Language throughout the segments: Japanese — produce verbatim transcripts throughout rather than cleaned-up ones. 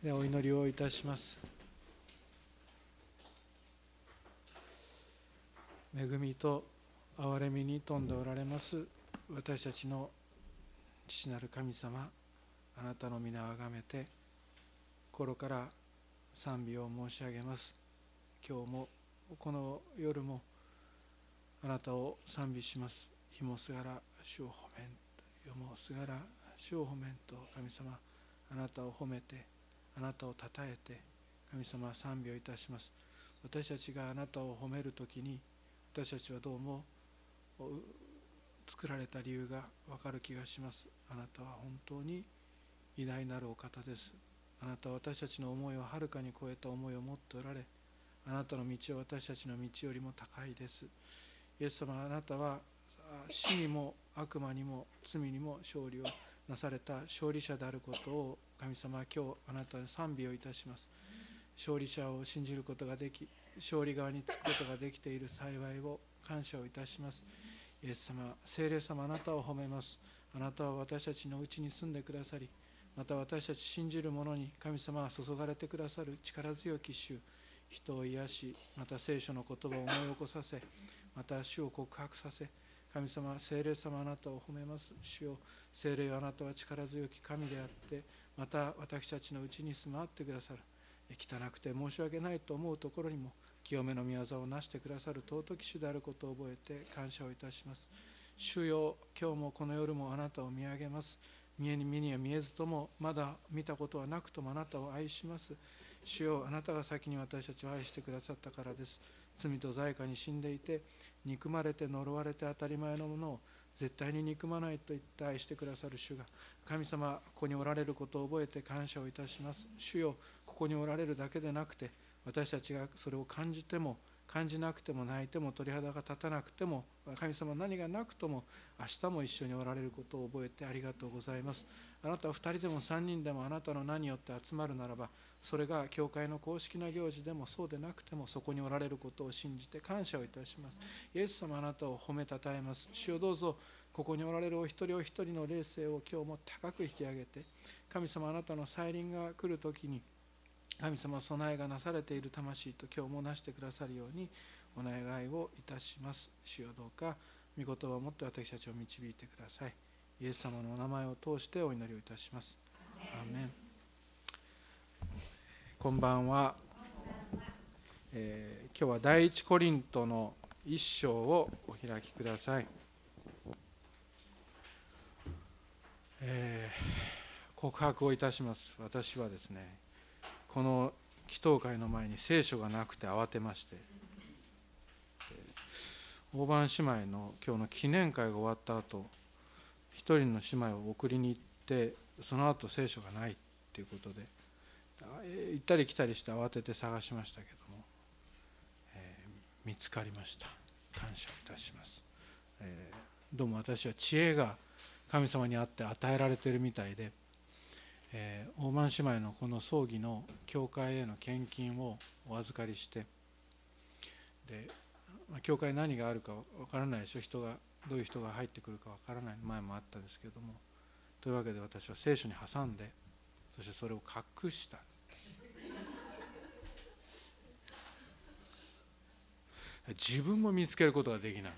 ではお祈りをいたします。恵みと憐れみに富んでおられます私たちの父なる神様、あなたの皆をあがめて心から賛美を申し上げます。今日もこの夜もあなたを賛美します。日もすがら主を褒めん、夜もすがら主を褒めんと、神様あなたを褒めてあなたをたたえて神様賛美をいたします。私たちがあなたを褒めるときに私たちはどうも作られた理由が分かる気がします。あなたは本当に偉大なるお方です。あなたは私たちの思いをはるかに超えた思いを持っておられ、あなたの道は私たちの道よりも高いです。イエス様、あなたは死にも悪魔にも罪にも勝利をなされた勝利者であることを神様は今日あなたに賛美をいたします。勝利者を信じることができ、勝利側につくことができている幸いを感謝をいたします。イエス様、聖霊様、あなたを褒めます。あなたは私たちのうちに住んでくださり、また私たち信じる者に神様は注がれてくださる力強き主、人を癒し、また聖書の言葉を思い起こさせ、また主を告白させ、神様、聖霊様、あなたを褒めます。主よ、聖霊よ、あなたは力強き神であって、また私たちのうちに住まわってくださる。汚くて申し訳ないと思うところにも清めの御業をなしてくださる尊き主であることを覚えて感謝をいたします。主よ、今日もこの夜もあなたを見上げます。見えに見には見えずとも、まだ見たことはなくともあなたを愛します。主よ、あなたが先に私たちを愛してくださったからです。罪と罪過に死んでいて、憎まれて呪われて当たり前のものを絶対に憎まないと言って愛してくださる主が、神様、ここにおられることを覚えて感謝をいたします。主よ、ここにおられるだけでなくて、私たちがそれを感じても感じなくても泣いても鳥肌が立たなくても、神様何がなくとも明日も一緒におられることを覚えてありがとうございます。あなたはふたりでもさんにんでもあなたの名によって集まるならば、それが教会の公式な行事でもそうでなくてもそこにおられることを信じて感謝をいたします。イエス様、あなたを褒めたたえます。主よ、どうぞここにおられるお一人お一人の霊性を今日も高く引き上げて、神様、あなたの再臨が来るときに神様、備えがなされている魂と今日もなしてくださるようにお願いをいたします。主よ、どうか御言葉を持って私たちを導いてください。イエス様のお名前を通してお祈りをいたします。アーメン。こんばんは。えー、今日は第一コリントの一章をお開きください。えー、告白をいたします。私はですね、この祈祷会の前に聖書がなくて慌てまして、大番姉妹の今日の記念会が終わった後、一人の姉妹を送りに行って、その後聖書がないということで行ったり来たりして慌てて探しましたけども、えー、見つかりました。感謝いたします。えー、どうも私は知恵が神様にあって与えられているみたいで、えー、大番姉妹のこの葬儀の教会への献金をお預かりして、で、まあ、教会何があるかわからないでしょ。人がどういう人が入ってくるかわからない前もあったんですけれども、というわけで私は聖書に挟んで、そしてそれを隠したんです。自分も見つけることができない。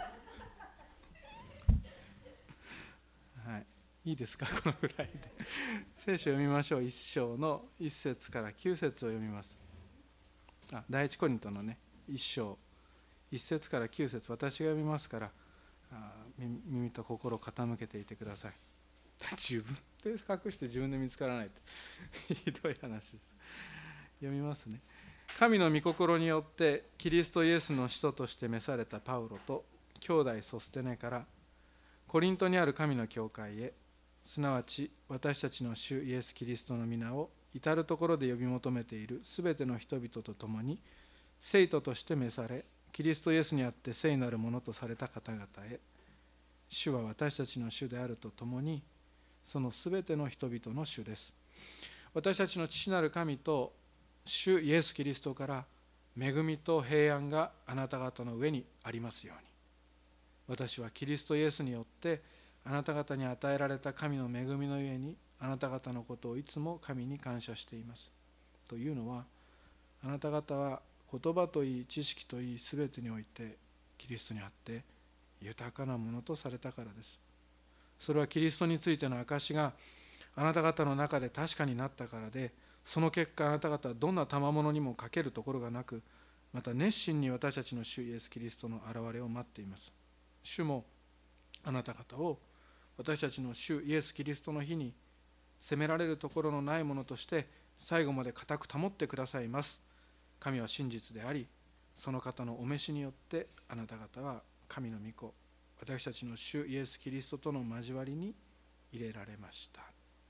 はい、いいですか、このぐらいで。聖書を読みましょう。一章の一節から九節を読みます。あ、第一コリントのね、一章一節から九節、私が読みますから、あ、耳と心を傾けていてください。自分で隠して自分で見つからないってひどい話です。読みますね。神の御心によってキリストイエスの使徒として召されたパウロと兄弟ソステネからコリントにある神の教会へ、すなわち私たちの主イエス・キリストの皆を至るところで呼び求めているすべての人々と共に聖徒として召され、キリストイエスにあって聖なるものとされた方々へ、主は私たちの主であるとともにそのすべての人々の主です。私たちの父なる神と主イエス・キリストから恵みと平安があなた方の上にありますように。私はキリストイエスによってあなた方に与えられた神の恵みのゆえにあなた方のことをいつも神に感謝しています。というのは、あなた方は言葉といい知識といいすべてにおいてキリストにあって豊かなものとされたからです。それはキリストについての証があなた方の中で確かになったからで、その結果あなた方はどんな賜物にも欠けるところがなく、また熱心に私たちの主イエスキリストの現れを待っています。主もあなた方を私たちの主イエスキリストの日に責められるところのないものとして最後まで固く保ってくださいます。神は真実であり、その方のお召しによってあなた方は神の御子、私たちの主イエスキリストとの交わりに入れられました。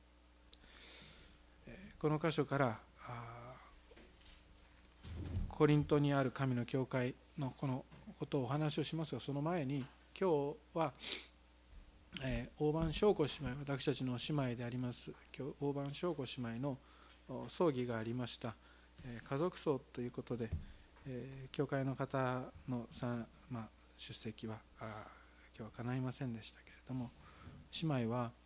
この箇所からコリントにある神の教会のこのことをお話をしますが、その前に今日は、えー、大番翔子姉妹、私たちの姉妹であります大番翔子姉妹の葬儀がありました。えー、家族葬ということで、えー、教会の方のさ、まあ、出席はあ今日は叶いませんでしたけれども、姉妹は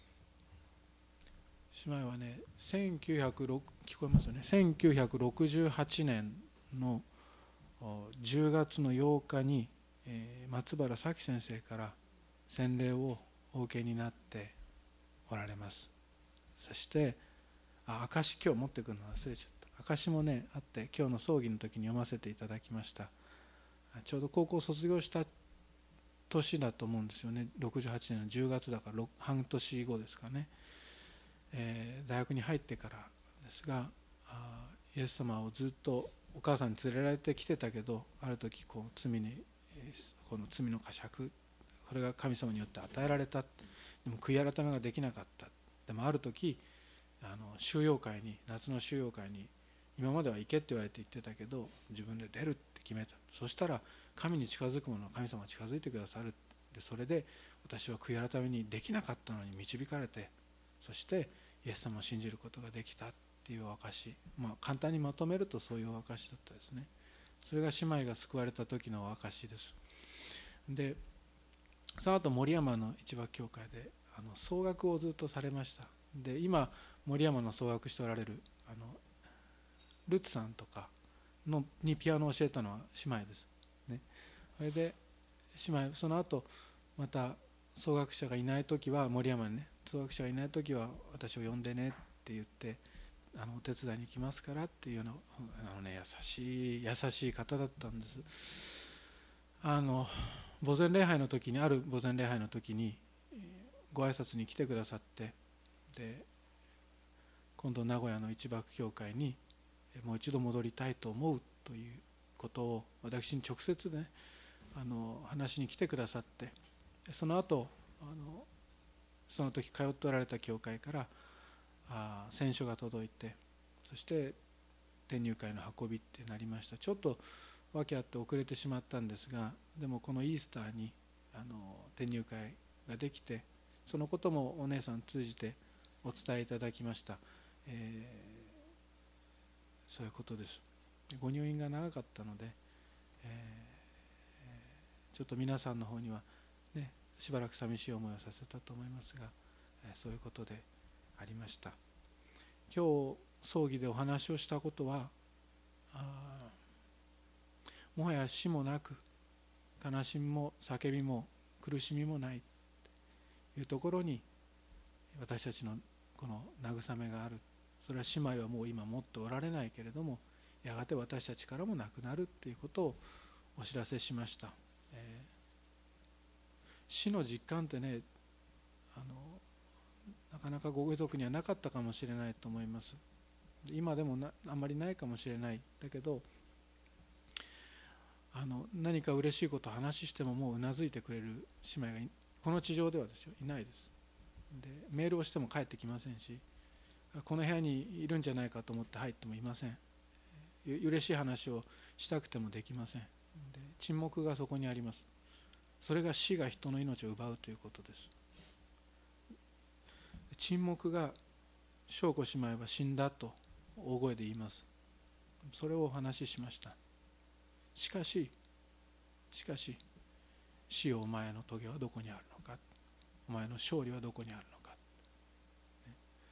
姉妹はね、せんきゅうひゃくろく聞こえますよね、せんきゅうひゃくろくじゅうはちねんのじゅうがつのようかに、えー、松原咲先生から洗礼をお受けになっておられます。そしてあ証今日持ってくるの忘れちゃった。証もねあって、今日の葬儀の時に読ませていただきました。ちょうど高校卒業した年だと思うんですよね。ろくじゅうはちねんのじゅうがつだから半年後ですかね。えー、大学に入ってからですが、あイエス様をずっとお母さんに連れられてきてたけど、ある時こう罪に、この罪の呵責、これが神様によって与えられた。でも悔い改めができなかった。でもある時あの収容会に、夏の収容会に、今までは行けって言われて行ってたけど自分で出るって決めた。そしたら神に近づく者は神様が近づいてくださる。でそれで私は悔い改めにできなかったのに導かれて、そしてイエス様を信じることができたっていう証、まあ簡単にまとめるとそういう証だったですね。それが姉妹が救われた時の証です。でその後森山の市場教会であの奏楽をずっとされました。で今森山の奏楽しておられるあのルツさんとかのにピアノを教えたのは姉妹です、ね、それで姉妹その後また奏楽者がいない時は森山にね、奏楽者がいない時は私を呼んでねって言ってあのお手伝いに来ますからっていうようなあの、ね、優しい優しい方だったんです。あの墓前礼拝の時にある墓前礼拝の時にご挨拶に来てくださって、で今度名古屋の一幕教会にもう一度戻りたいと思うということを私に直接ねあの話しに来てくださって、その後あのその時通っておられた教会からあ選書が届いて、そして転入会の運びってなりました。ちょっと訳あって遅れてしまったんですが、でもこのイースターにあの転入会ができて、そのこともお姉さん通じてお伝えいただきました。えー、そういうことです。ご入院が長かったので、えー、ちょっと皆さんの方にはねしばらく寂しい思いをさせたと思いますが、えー、そういうことでありました。今日葬儀でお話をしたことは、あもはや死もなく悲しみも叫びも苦しみもないというところに私たちのこの慰めがある。それは姉妹はもう今持っておられないけれども、やがて私たちからもなくなるということをお知らせしました。えー、死の実感ってねあのなかなかご遺族にはなかったかもしれないと思います。今でもなあんまりないかもしれない。だけどあの何か嬉しいことを話してももううなずいてくれる姉妹がこの地上ではですよいないです。でメールをしても帰ってきませんし、この部屋にいるんじゃないかと思って入ってもいません。嬉しい話をしたくてもできません。で沈黙がそこにあります。それが死が人の命を奪うということです。沈黙が翔子姉妹は死んだと大声で言います。それをお話ししました。しかししかし死よお前の棘はどこにあるのか、お前の勝利はどこにあるのか、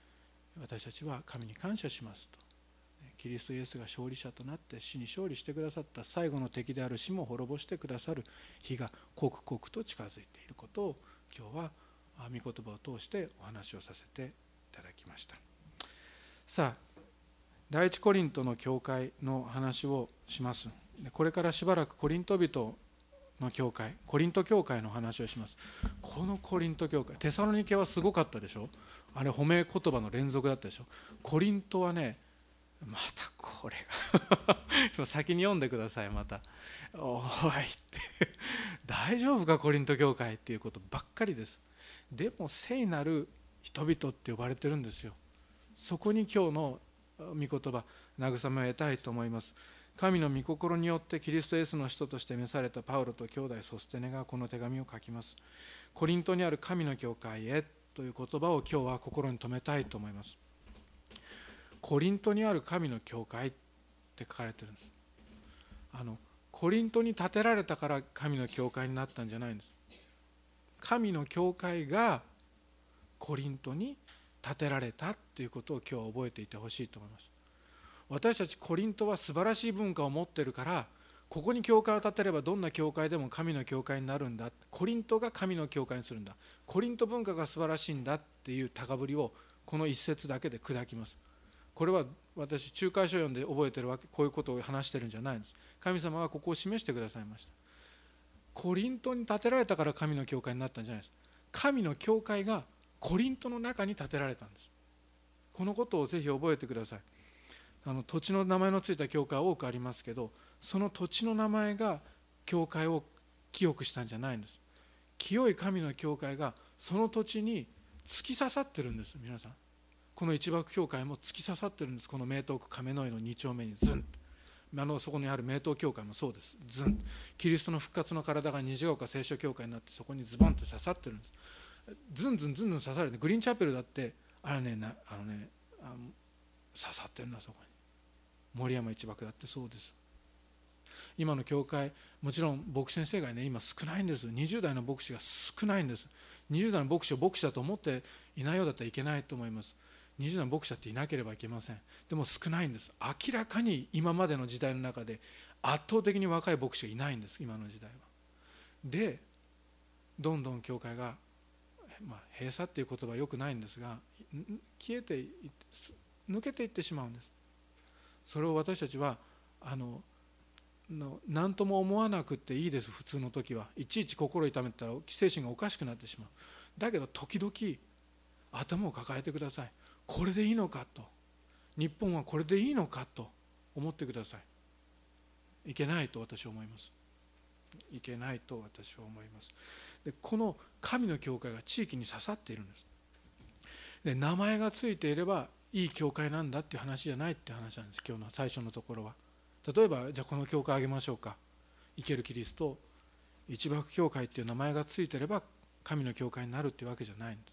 私たちは神に感謝しますと。キリストイエスが勝利者となって死に勝利してくださった、最後の敵である死も滅ぼしてくださる日が刻々と近づいていることを、今日は御言葉を通してお話をさせていただきました。さあ、第一コリントの教会の話をします。これからしばらくコリント人の教会、コリント教会の話をします。このコリント教会、テサロニケはすごかったでしょ。あれ褒め言葉の連続だったでしょ。コリントはね、またこれが先に読んでください。またおいって大丈夫かコリント教会っていうことばっかりです。でも聖なる人々って呼ばれてるんですよ。そこに今日の御言葉、慰めを得たいと思います。神の御心によってキリストイエスの使徒として召されたパウロと兄弟ソステネがこの手紙を書きます。コリントにある神の教会へという言葉を今日は心に留めたいと思います。コリントにある神の教会って書かれてるんです。あのコリントに建てられたから神の教会になったんじゃないんです。神の教会がコリントに建てられたということを今日は覚えていてほしいと思います。私たちコリントは素晴らしい文化を持っているから、ここに教会を建てればどんな教会でも神の教会になるんだ、コリントが神の教会にするんだ、コリント文化が素晴らしいんだっていう高ぶりをこの一節だけで砕きます。これは私仲介書を読んで覚えてるわけ、こういうことを話してるんじゃないんです。神様がここを示してくださいました。コリントに建てられたから神の教会になったんじゃないです。神の教会がコリントの中に建てられたんです。このことをぜひ覚えてください。あの土地の名前のついた教会は多くありますけど、その土地の名前が教会を清くしたんじゃないんです。清い神の教会がその土地に突き刺さってるんです。皆さん、この一幕教会も突き刺さってるんです。この名東区亀の井のに丁目にズン、あのそこにある名東教会もそうです。ズン、キリストの復活の体が虹ヶ丘聖書教会になって、そこにズボンって刺さってるんです。ズンズンズンズン刺されて、グリーンチャペルだってあれね、なあのねあの刺さってるんだ。そこに森山一幕だってそうです。今の教会、もちろん牧師先生がね今少ないんです。にじゅう代の牧師が少ないんです。にじゅう代の牧師を牧師だと思っていないようだったらいけないと思います。にじゅう代の牧師だっていなければいけません。でも少ないんです。明らかに今までの時代の中で圧倒的に若い牧師がいないんです、今の時代は。でどんどん教会が、まあ、閉鎖っていう言葉はよくないんですが、消えていって抜けていってしまうんです。それを私たちはあのの何とも思わなくていいです。普通の時はいちいち心痛めたら精神がおかしくなってしまう。だけど時々頭を抱えてください。これでいいのかと、日本はこれでいいのかと思ってください。いけないと私は思います。いけないと私は思います。でこの神の教会が地域に刺さっているんです。で名前がついていればいい教会なんだっていう話じゃないっていう話なんです。今日の最初のところは、例えばじゃあこの教会あげましょうか、生けるキリスト一幕教会っていう名前がついていれば神の教会になるっていうわけじゃないんです。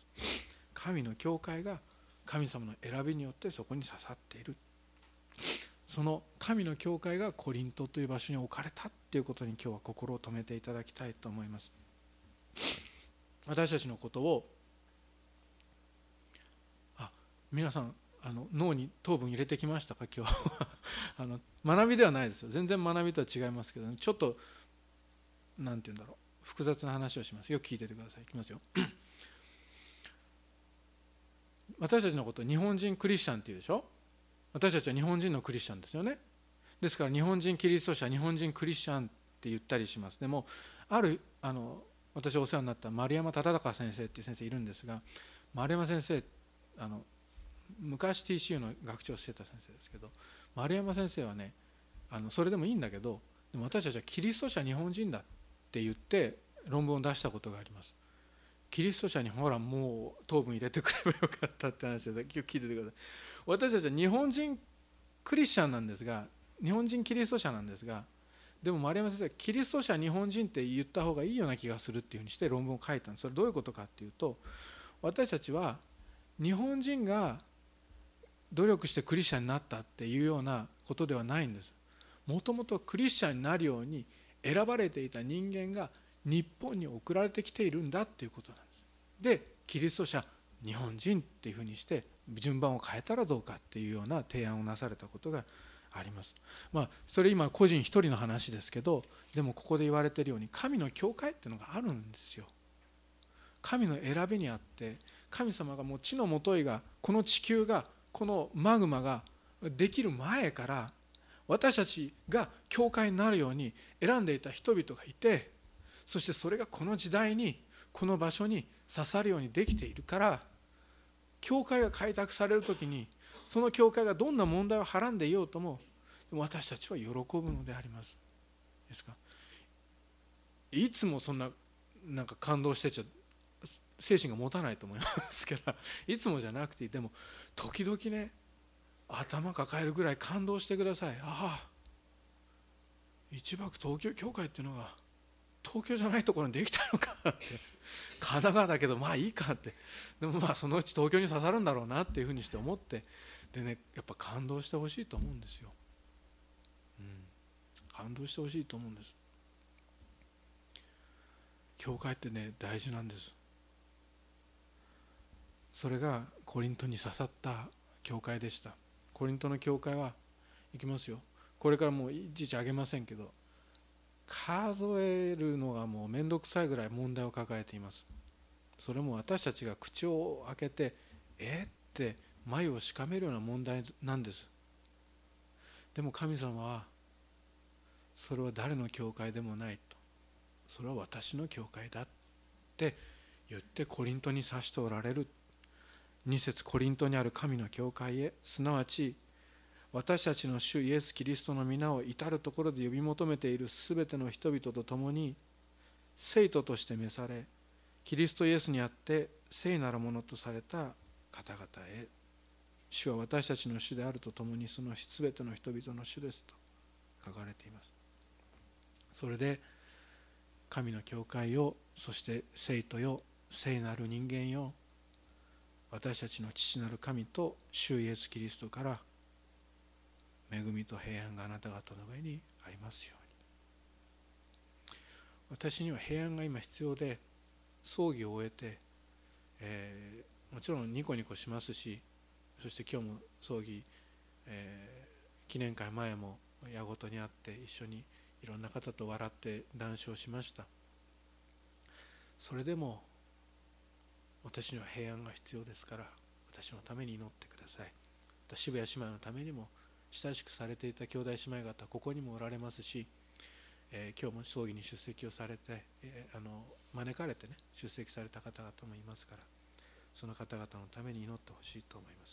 神の教会が神様の選びによってそこに刺さっている。その神の教会がコリントという場所に置かれたっていうことに今日は心を留めていただきたいと思います。私たちのことを、あ、皆さんあの脳に糖分入れてきましたか今日あの学びではないですよ。全然学びとは違いますけど、ちょっとなんて言うんだろう、複雑な話をします。よく聞いててください。いきますよ私たちのことを日本人クリスチャンっていうでしょ。私たちは日本人のクリスチャンですよね。ですから日本人キリスト者、日本人クリスチャンって言ったりします。でもあるあの私お世話になった丸山忠孝先生っていう先生いるんですが、丸山先生あの昔 ティーシーユー の学長をしてた先生ですけど、丸山先生はね、あのそれでもいいんだけど、でも私たちはキリスト者日本人だって言って論文を出したことがあります。キリスト者にほらもう糖分入れてくればよかったって話です。今日聞いててください。私たちは日本人クリスチャンなんですが、日本人キリスト者なんですが、でも丸山先生はキリスト者日本人って言った方がいいような気がするっていうふうにして論文を書いたんです。それどういうことかっていうと、私たちは日本人が努力してクリスチャンになったっていうようなことではないんです。もともとクリスチャンになるように選ばれていた人間が日本に送られてきているんだっていうことなんです。でキリスト者日本人っていうふうにして順番を変えたらどうかっていうような提案をなされたことがあります。まあそれ今個人一人の話ですけど、でもここで言われているように神の教会っていうのがあるんですよ。神の選びにあって、神様がもう地のもといが、この地球が、このマグマができる前から私たちが教会になるように選んでいた人々がいて、そしてそれがこの時代にこの場所に刺さるようにできているから、教会が開拓されるときにその教会がどんな問題をはらんでいようとも私たちは喜ぶのであります。ですか、いつもそんななんか感動してちゃ精神が持たないと思いますから、いつもじゃなくて、でも時々ね、頭抱えるぐらい感動してください。ああ、一幕東京教会っていうのが東京じゃないところにできたのかって、神奈川だけどまあいいかって、でもまあそのうち東京に刺さるんだろうなっていうふうにして思って、でね、やっぱ感動してほしいと思うんですよ。うん、感動してほしいと思うんです。教会ってね、大事なんです。それがコリントに刺さった教会でした。コリントの教会はいきますよ、これからもういちいちあげませんけど、数えるのがもう面倒くさいぐらい問題を抱えています。それも私たちが口を開けてえって眉をしかめるような問題なんです。でも神様はそれは誰の教会でもないと、それは私の教会だって言ってコリントに指しておられる。に節、コリントにある神の教会へ、すなわち私たちの主イエス・キリストの皆を至るところで呼び求めているすべての人々と共に聖徒として召され、キリストイエスにあって聖なるものとされた方々へ、主は私たちの主であるとともにそのすべての人々の主ですと書かれています。それで神の教会よ、そして聖徒よ、聖なる人間よ、私たちの父なる神と主イエス・キリストから恵みと平安があなた方の上にありますように。私には平安が今必要で、葬儀を終えて、えー、もちろんニコニコしますし、そして今日も葬儀、えー、記念会前も矢ごとに会って一緒にいろんな方と笑って談笑しました。それでも私には平安が必要ですから、私のために祈ってください。また渋谷姉妹のためにも、親しくされていた兄弟姉妹方ここにもおられますし、えー、今日も葬儀に出席をされて、えー、あの招かれてね出席された方々もいますから、その方々のために祈ってほしいと思います。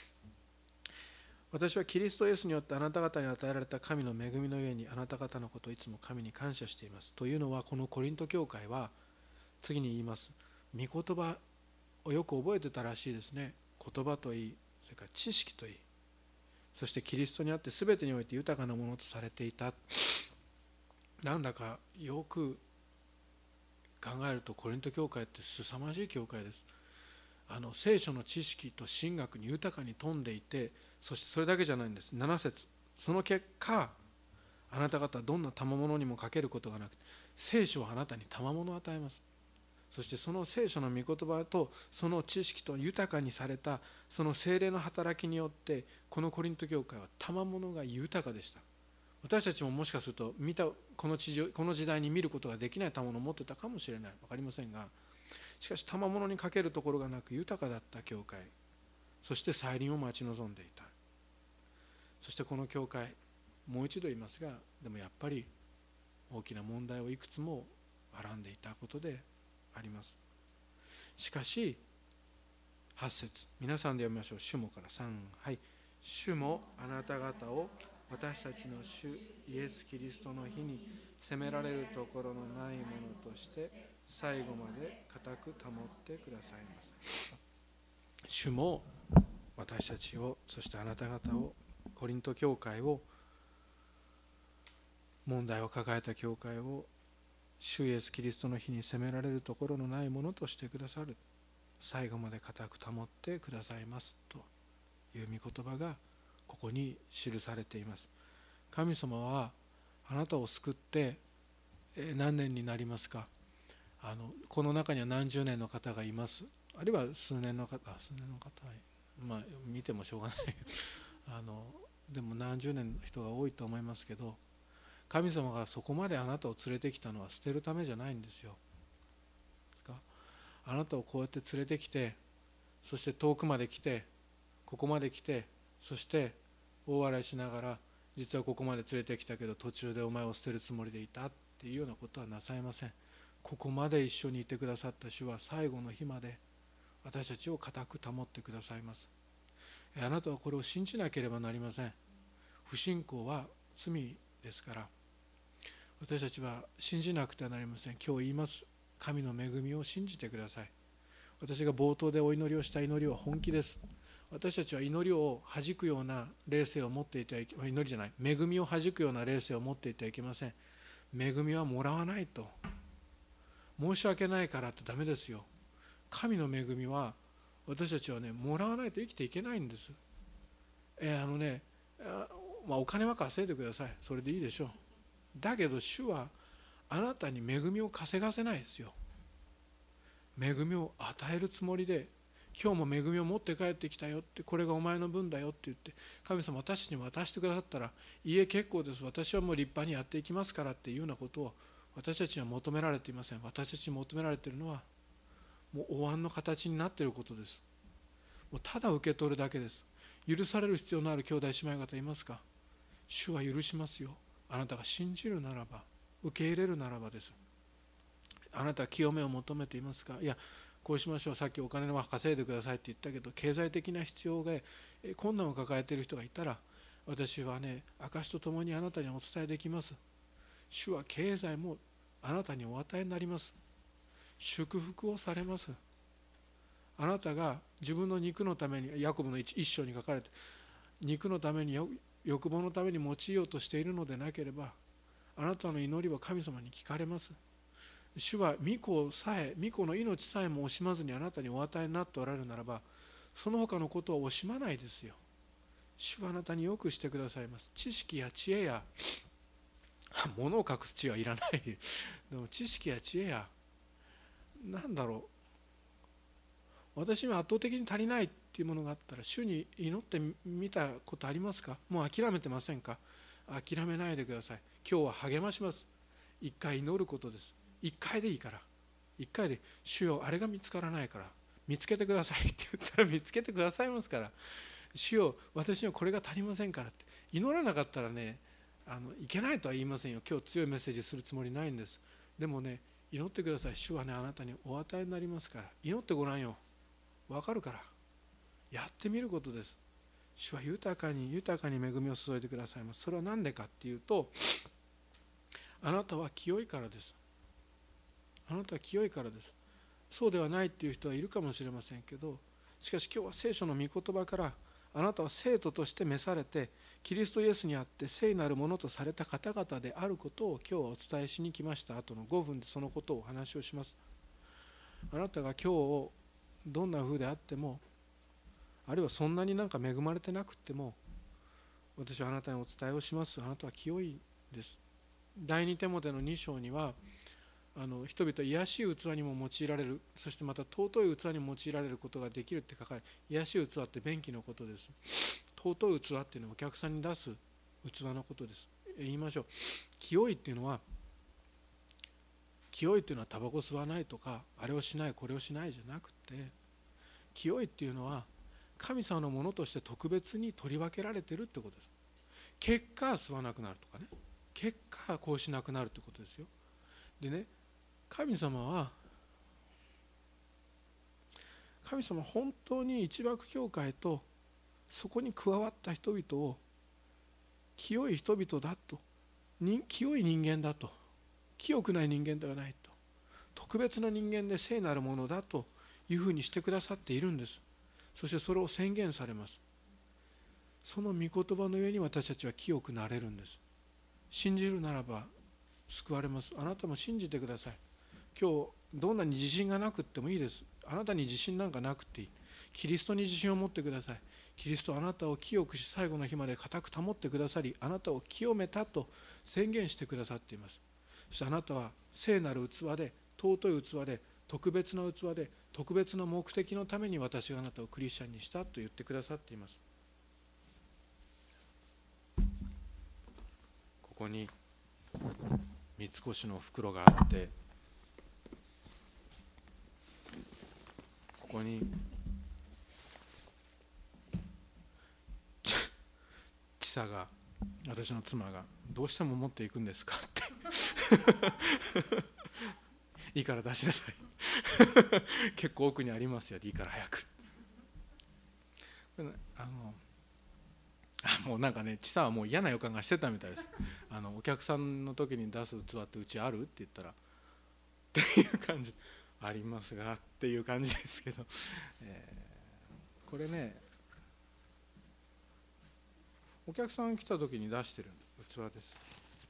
私はキリストイエスによってあなた方に与えられた神の恵みのゆえにあなた方のことをいつも神に感謝しています。というのは、このコリント教会は次に言います、御言葉をよく覚えてたらしいですね。言葉といい、それから知識といい、そしてキリストにあって全てにおいて豊かなものとされていた。なんだかよく考えるとコリント教会って凄まじい教会です。あの聖書の知識と神学に豊かに富んでいて、そしてそれだけじゃないんです。なな節、その結果あなた方はどんな賜物にもかけることがなく、聖書はあなたに賜物を与えます。そしてその聖書の御言葉とその知識と豊かにされたその聖霊の働きによって、このコリント教会は賜物が豊かでした。私たちももしかすると見たこの地上この時代に見ることができない賜物を持ってたかもしれない、分かりませんが、しかし賜物にかけるところがなく豊かだった教会、そして再臨を待ち望んでいた。そしてこの教会、もう一度言いますが、でもやっぱり大きな問題をいくつもはらんでいたことであります。しかしはち節、皆さんで読みましょう。主もからさん、はい。主もあなた方を私たちの主イエス・キリストの日に責められるところのないものとして最後まで固く保ってくださいます。主も私たちを、そしてあなた方を、コリント教会を、問題を抱えた教会を主イエス・キリストの日に責められるところのないものとしてくださる、最後まで固く保ってくださいますという御言葉がここに記されています。神様はあなたを救って何年になりますか。あのこの中には何十年の方がいます。 あるいは数年の方、数年の方はまあ見てもしょうがないあのでも何十年の人が多いと思いますけど、神様がそこまであなたを連れてきたのは捨てるためじゃないんですよ。ですか、あなたをこうやって連れてきて、そして遠くまで来て、ここまで来て、そして大笑いしながら、実はここまで連れてきたけど途中でお前を捨てるつもりでいたっていうようなことはなさいません。ここまで一緒にいてくださった主は最後の日まで私たちを固く保ってくださいます。あなたはこれを信じなければなりません。不信仰は罪ですから、私たちは信じなくてはなりません。今日言います。神の恵みを信じてください。私が冒頭でお祈りをした祈りは本気です。私たちは祈りを弾くような霊性を持っていてはいけ、祈りじゃない、恵みを弾くような霊性を持っていてはいけません。恵みはもらわないと。申し訳ないからってダメですよ。神の恵みは私たちはね、もらわないと生きていけないんです。えー、あのね、まあ、お金は稼いでください。それでいいでしょう。だけど主はあなたに恵みを稼がせないですよ。恵みを与えるつもりで、今日も恵みを持って帰ってきたよって、これがお前の分だよって言って、神様私たちに渡してくださったら、いいえ結構です、私はもう立派にやっていきますからっていうようなことを私たちには求められていません。私たちに求められているのは、もうお椀の形になっていることです。もうただ受け取るだけです。許される必要のある兄弟姉妹方いますか？主は許しますよ。あなたが信じるならば、受け入れるならばです。あなたは清めを求めていますか？いや、こうしましょう、さっきお金は稼いでくださいって言ったけど、経済的な必要で困難を抱えている人がいたら、私はね、証とともにあなたにお伝えできます。主は経済もあなたにお与えになります。祝福をされます。あなたが自分の肉のために、ヤコブの一章に書かれて、肉のために欲望のために用いようとしているのでなければ、あなたの祈りは神様に聞かれます。主は御子さえ、御子の命さえも惜しまずにあなたにお与えになっておられるならば、その他のことは惜しまないですよ。主はあなたによくしてくださいます。知識や知恵や、物を隠す知恵はいらない。でも知識や知恵や、なんだろう、私には圧倒的に足りないっていうものがあったら、主に祈ってみたことありますか？もう諦めてませんか？諦めないでください。今日は励まします。一回祈ることです。一回でいいから、一回で、主よあれが見つからないから見つけてくださいって言ったら見つけてくださいますから、主よ私にはこれが足りませんからって祈らなかったらね、あのいけないとは言いませんよ。今日強いメッセージするつもりないんです。でもね、祈ってください。主はね、あなたにお与えになりますから、祈ってごらんよ。わかるから、やってみることです。主は豊かに豊かに恵みを注いでくださいます。それは何でかっていうと、あなたは清いからです。あなたは清いからです。そうではないっていう人はいるかもしれませんけど、しかし今日は聖書の御言葉から、あなたは生徒として召されてキリストイエスにあって聖なるものとされた方々であることを今日はお伝えしに来ました。後のごふんでそのことをお話をします。あなたが今日どんな風であっても、あるいはそんなになんか恵まれてなくっても、私はあなたにお伝えをします。あなたは清いです。第二テモテのに章には、あの人々は癒しい器にも用いられる、そしてまた尊い器に用いられることができるって書かれ、癒しい器って便器のことです。尊い器っていうのはお客さんに出す器のことです。言いましょう。清いっていうのは、清いっていうのはタバコ吸わないとか、あれをしないこれをしないじゃなくて、清いっていうのは神様のものとして特別に取り分けられてるってことです。結果吸わなくなるとかね、結果こうしなくなるってことですよ。でね、神様は神様本当に一幕教会とそこに加わった人々を清い人々だと、清い人間だと、清くない人間ではないと、特別な人間で聖なるものだというふうにしてくださっているんです。そしてそれを宣言されます。その御言葉の上に私たちは清くなれるんです。信じるならば救われます。あなたも信じてください。今日どんなに自信がなくってもいいです。あなたに自信なんかなくていい。キリストに自信を持ってください。キリストはあなたを清くし、最後の日まで固く保ってくださり、あなたを清めたと宣言してくださっています。そしてあなたは聖なる器で、尊い器で、 特別な器で特別な目的のために私があなたをクリスチャンにしたと言ってくださっています。ここに三越の袋があって、ここにキサが、私の妻がどうしても持っていくんですかっていいから出しなさい結構奥にありますよ、いいから早く。あのあもうなんかね、チサはもう嫌な予感がしてたみたいです。あのお客さんの時に出す器ってうちあるって言ったらっていう感じ、ありますがっていう感じですけど、えー、これね、お客さん来た時に出してる器です。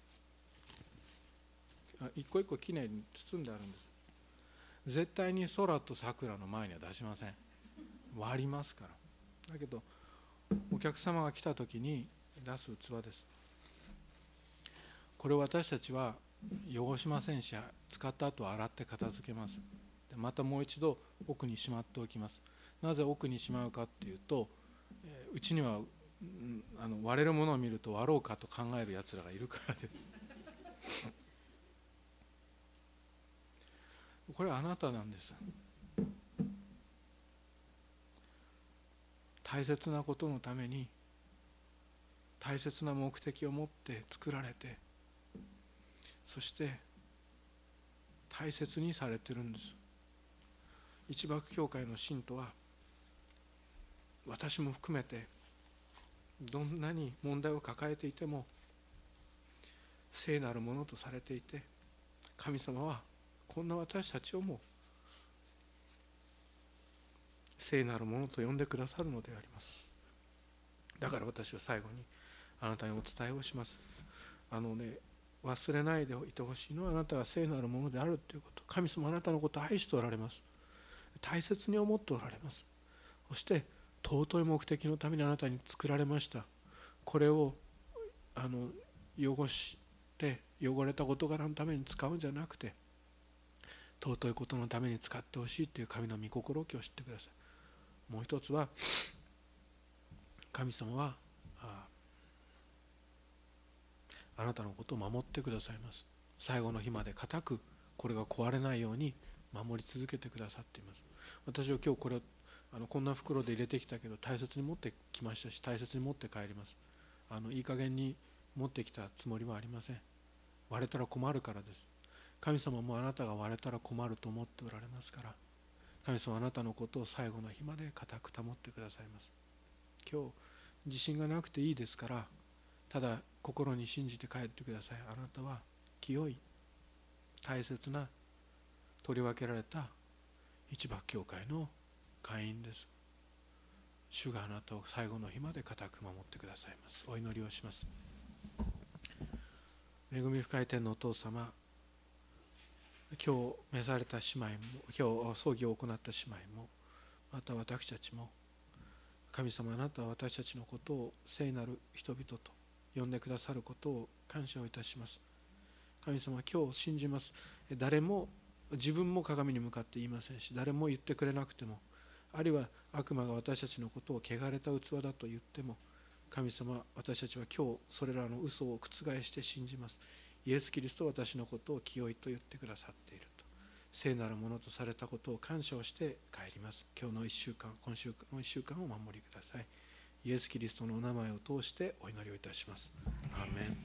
一個一個きれいに包んであるんです。絶対に空と桜の前には出しません。割りますから。だけどお客様が来た時に出す器です。これを私たちは汚しませんし、使った後は洗って片付けます。でまたもう一度奥にしまっておきます。なぜ奥にしまうかっていうと、うちにはあの割れるものを見ると割ろうかと考えるやつらがいるからですこれはあなたなんです。大切なことのために大切な目的を持って作られて、そして大切にされてるんです。一幕教会の信徒は私も含めてどんなに問題を抱えていても聖なるものとされていて、神様はこんな私たちをも聖なるものと呼んでくださるのであります。だから私は最後にあなたにお伝えをします。あのね、忘れないでいてほしいのは、あなたが聖なるものであるということ。神様はあなたのことを愛しておられます。大切に思っておられます。そして尊い目的のためにあなたに作られました。これをあの汚して汚れた事柄のために使うんじゃなくて、尊いことのために使ってほしいという神の御心を今日知ってください。もう一つは、神様はああなたのことを守ってくださいます。最後の日まで固くこれが壊れないように守り続けてくださっています。私は今日これをあのこんな袋で入れてきたけど大切に持ってきましたし、大切に持って帰ります。あのいい加減に持ってきたつもりはありません。割れたら困るからです。神様もあなたが割れたら困ると思っておられますから、神様はあなたのことを最後の日まで固く保ってくださいます。今日自信がなくていいですから、ただ心に信じて帰ってください。あなたは清い大切な取り分けられた一幕教会の会員です。主があなたを最後の日まで固く守ってくださいます。お祈りをします。恵み深い天のお父様、今日召された姉妹も、今日葬儀を行った姉妹も、また私たちも、神様あなたは私たちのことを聖なる人々と呼んでくださることを感謝をいたします。神様、今日信じます。誰も自分も鏡に向かって言いませんし、誰も言ってくれなくても、あるいは悪魔が私たちのことを汚れた器だと言っても、神様、私たちは今日それらの嘘を覆して信じます。イエス・キリストは私のことを清いと言ってくださっていると、聖なるものとされたことを感謝をして帰ります。今日のいっしゅうかん、今週のいっしゅうかんをお守りください。イエス・キリストのお名前を通してお祈りをいたします。アーメン。